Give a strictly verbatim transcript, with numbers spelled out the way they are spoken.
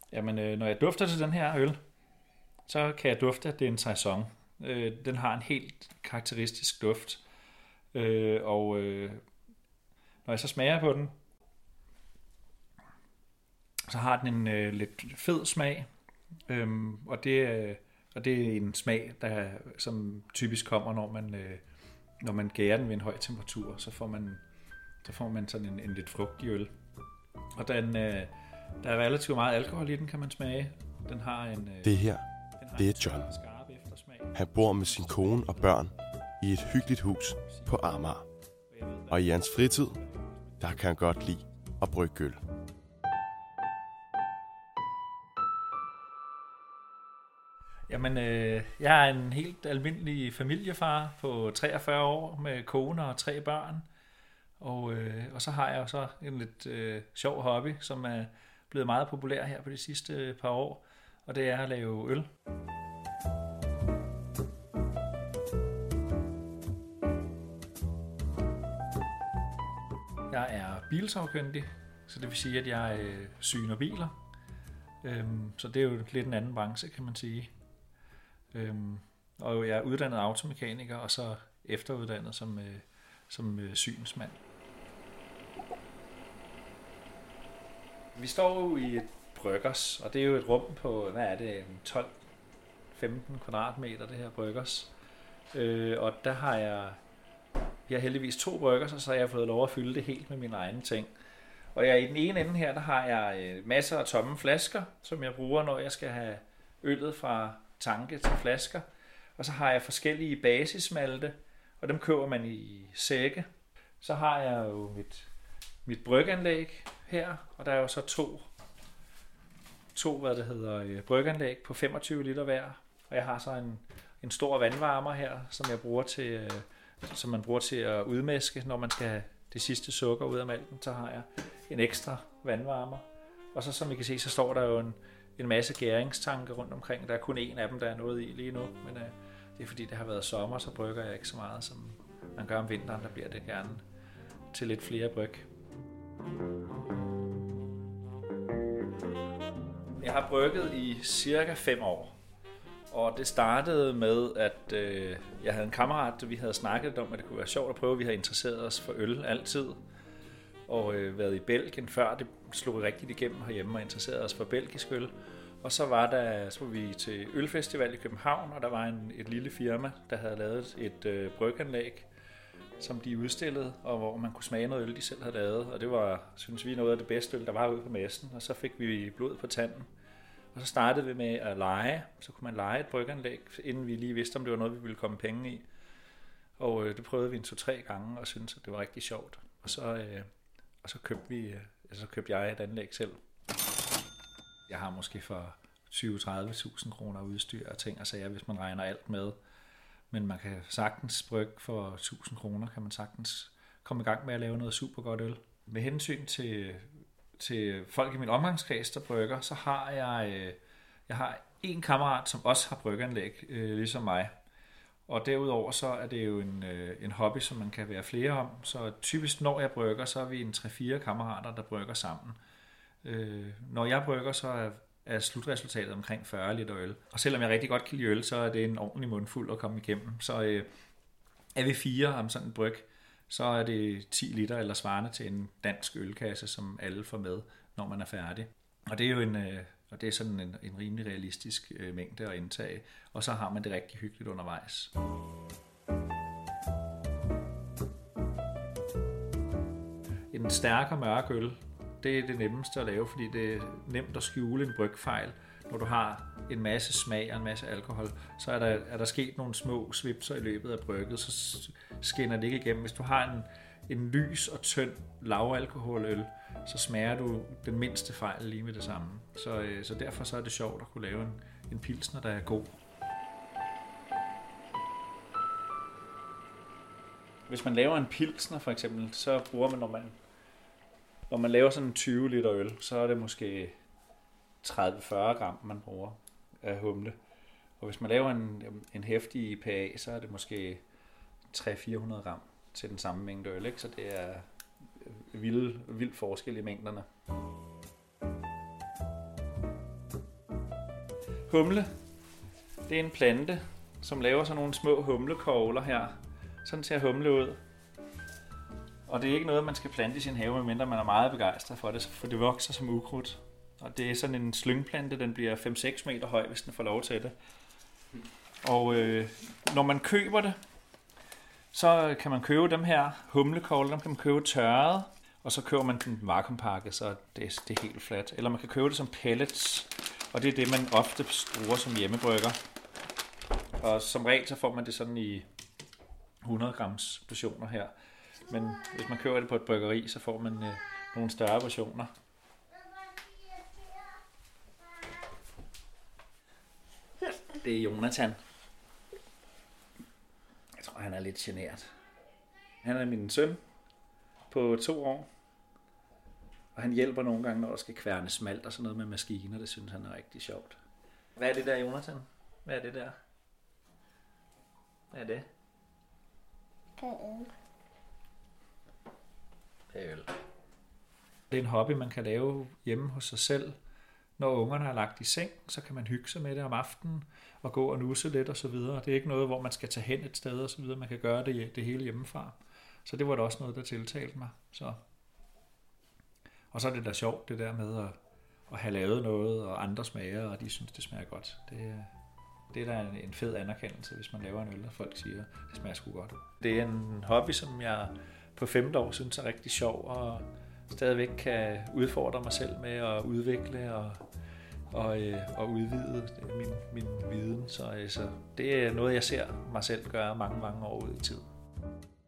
Jamen, øh, når jeg dufter til den her øl, så kan jeg dufte, at det er en saison. Øh, den har en helt karakteristisk duft. Øh, og øh, når jeg så smager på den, så har den en øh, lidt fed smag. Øhm, og, det, øh, og det er en smag, der, som typisk kommer, når man, øh, når man gærer den ved en høj temperatur. Så får man, så får man sådan en, en lidt frugtig øl. Og den, øh, der er relativt meget alkohol i den, kan man smage. Den har en, øh, Det her, den har det er en John. skarp eftersmag. Han bor med sin kone og børn i et hyggeligt hus på Amager. Og i hans fritid, der kan han godt lide at brygge øl. Jamen, øh, jeg er en helt almindelig familiefar på treogfyrre år med kone og tre børn. Og, øh, og så har jeg jo så en lidt øh, sjov hobby, som er blevet meget populær her på de sidste par år. Og det er at lave øl. Jeg er bilsagkyndig, så det vil sige, at jeg øh, syner biler. Øhm, så det er jo lidt en anden branche, kan man sige. Øhm, og jeg er uddannet automekaniker, og så efteruddannet som, øh, som øh, synsmand. Vi står jo i et bryggers, og det er jo et rum på, hvad er det, tolv femten kvadratmeter, det her bryggers. Øh, og der har jeg, jeg har heldigvis to bryggers, og så har jeg fået lov at fylde det helt med mine egne ting. Og jeg, i den ene ende her, der har jeg øh, masser af tomme flasker, som jeg bruger, når jeg skal have øllet fra tanke til flasker. Og så har jeg forskellige basismalte, og dem køber man i sække. Så har jeg jo mit, mit bryggeanlæg her, og der er jo så to, to hvad det hedder, bryggeanlæg på femogtyve liter hver. Og jeg har så en, en stor vandvarmer her, som jeg bruger til, som man bruger til at udmæske, når man skal have det sidste sukker ud af malten. Så har jeg en ekstra vandvarmer. Og så som I kan se, så står der jo en, en masse gæringstanke rundt omkring. Der er kun en af dem, der er noget i lige nu, men øh, det er fordi det har været sommer, så brygger jeg ikke så meget, som man gør om vinteren. Der bliver det gerne til lidt flere bryg. Jeg har brygget i cirka fem år, og det startede med, at øh, jeg havde en kammerat, vi havde snakket om, at det kunne være sjovt at prøve. Vi havde interesseret os for øl altid, og øh, været i Belgien før det slog rigtigt igennem herhjemme og interesserede os for belgisk øl. Og så var der, så var vi til ølfestival i København, og der var en, et lille firma, der havde lavet et øh, bryggeanlæg, som de udstillede, og hvor man kunne smage noget øl, de selv havde lavet. Og det var, synes vi, noget af det bedste øl, der var ude på messen, og så fik vi blod på tanden. Og så startede vi med at lege, så kunne man lege et bryggeanlæg, inden vi lige vidste, om det var noget, vi ville komme penge i. Og øh, det prøvede vi en to-tre gange, og syntes, at det var rigtig sjovt. Og så, øh, og så, købte, vi, øh, så købte jeg et anlæg selv. Jeg har måske for tyve til tredive tusind kroner udstyr og ting og sager, hvis man regner alt med. Men man kan sagtens brygge for tusind kroner, kan man sagtens komme i gang med at lave noget super godt øl. Med hensyn til, til folk i min omgangskreds, der brygger, så har jeg, øh, jeg har en kammerat, som også har bryggeanlæg, øh, ligesom mig. Og derudover så er det jo en, øh, en hobby, som man kan være flere om. Så typisk når jeg brygger, så er vi en tre-fire kammerater, der brygger sammen. Øh, når jeg brygger, så er, er slutresultatet omkring fyrre liter øl. Og selvom jeg rigtig godt kan lide øl, så er det en ordentlig mundfuld at komme igennem. Så øh, er vi fire om sådan en bryg, så er det ti liter eller svarende til en dansk ølkasse, som alle får med, når man er færdig. Og det er jo en, øh, og det er sådan en, en rimelig realistisk øh, mængde at indtage. Og så har man det rigtig hyggeligt undervejs. En stærk og mørk øl, det er det nemmeste at lave, fordi det er nemt at skjule en brygfejl. Når du har en masse smag og en masse alkohol, så er der, er der sket nogle små svipser i løbet af brygget, så skinner det ikke igennem. Hvis du har en, en lys og tynd lavalkoholøl, så smager du den mindste fejl lige med det samme. Så, øh, så derfor så er det sjovt at kunne lave en, en pilsner, der er god. Hvis man laver en pilsner for eksempel, så bruger man, når man, når man laver sådan en tyve liter øl, så er det måske tredive til fyrre gram, man bruger af humle. Og hvis man laver en, en heftig I P A, så er det måske tre til fire hundrede gram til den samme mængde øl, ikke? Så det er vild, vild forskel i mængderne. Humle, det er en plante, som laver sådan nogle små humlekogler her. Sådan ser humle ud. Og det er ikke noget, man skal plante i sin have, medmindre man er meget begejstret for det, for det vokser som ukrudt. Og det er sådan en slyngplante, den bliver fem seks meter høj, hvis den får lov til det. Og øh, når man køber det, så kan man købe dem her humlekogler, dem kan man købe tørret, og så køber man den vakuumpakke, så det, det er helt fladt. Eller man kan købe det som pellets, og det er det, man ofte bruger som hjemmebrygger. Og som regel så får man det sådan i hundrede grams portioner her. Men hvis man køber det på et bryggeri, så får man øh, nogle større portioner. Det er Jonathan. Jeg tror, han er lidt genert. Han er min søn på to år. Og han hjælper nogle gange, når der skal kværne smalt og sådan noget med maskiner. Det synes han er rigtig sjovt. Hvad er det der, Jonathan? Hvad er det der? Hvad er det? Øl. Det er øl. Det er en hobby, man kan lave hjemme hos sig selv. Når ungerne er lagt i seng, så kan man hygge sig med det om aftenen og gå og nusse lidt og så videre. Det er ikke noget, hvor man skal tage hen et sted og så videre. Man kan gøre det, det hele hjemmefra. Så det var da også noget, der tiltalte mig. Så. Og så er det da sjovt, det der med at, at have lavet noget, og andre smager, og de synes, det smager godt. Det, det er da en, en fed anerkendelse, hvis man laver en øl, og folk siger, det smager sgu godt. Det er en hobby, som jeg på femte år synes er rigtig sjov, og stadigvæk kan udfordre mig selv med at udvikle og, og, og udvide min, min viden. Så altså, det er noget, jeg ser mig selv gøre mange, mange år ud i tid.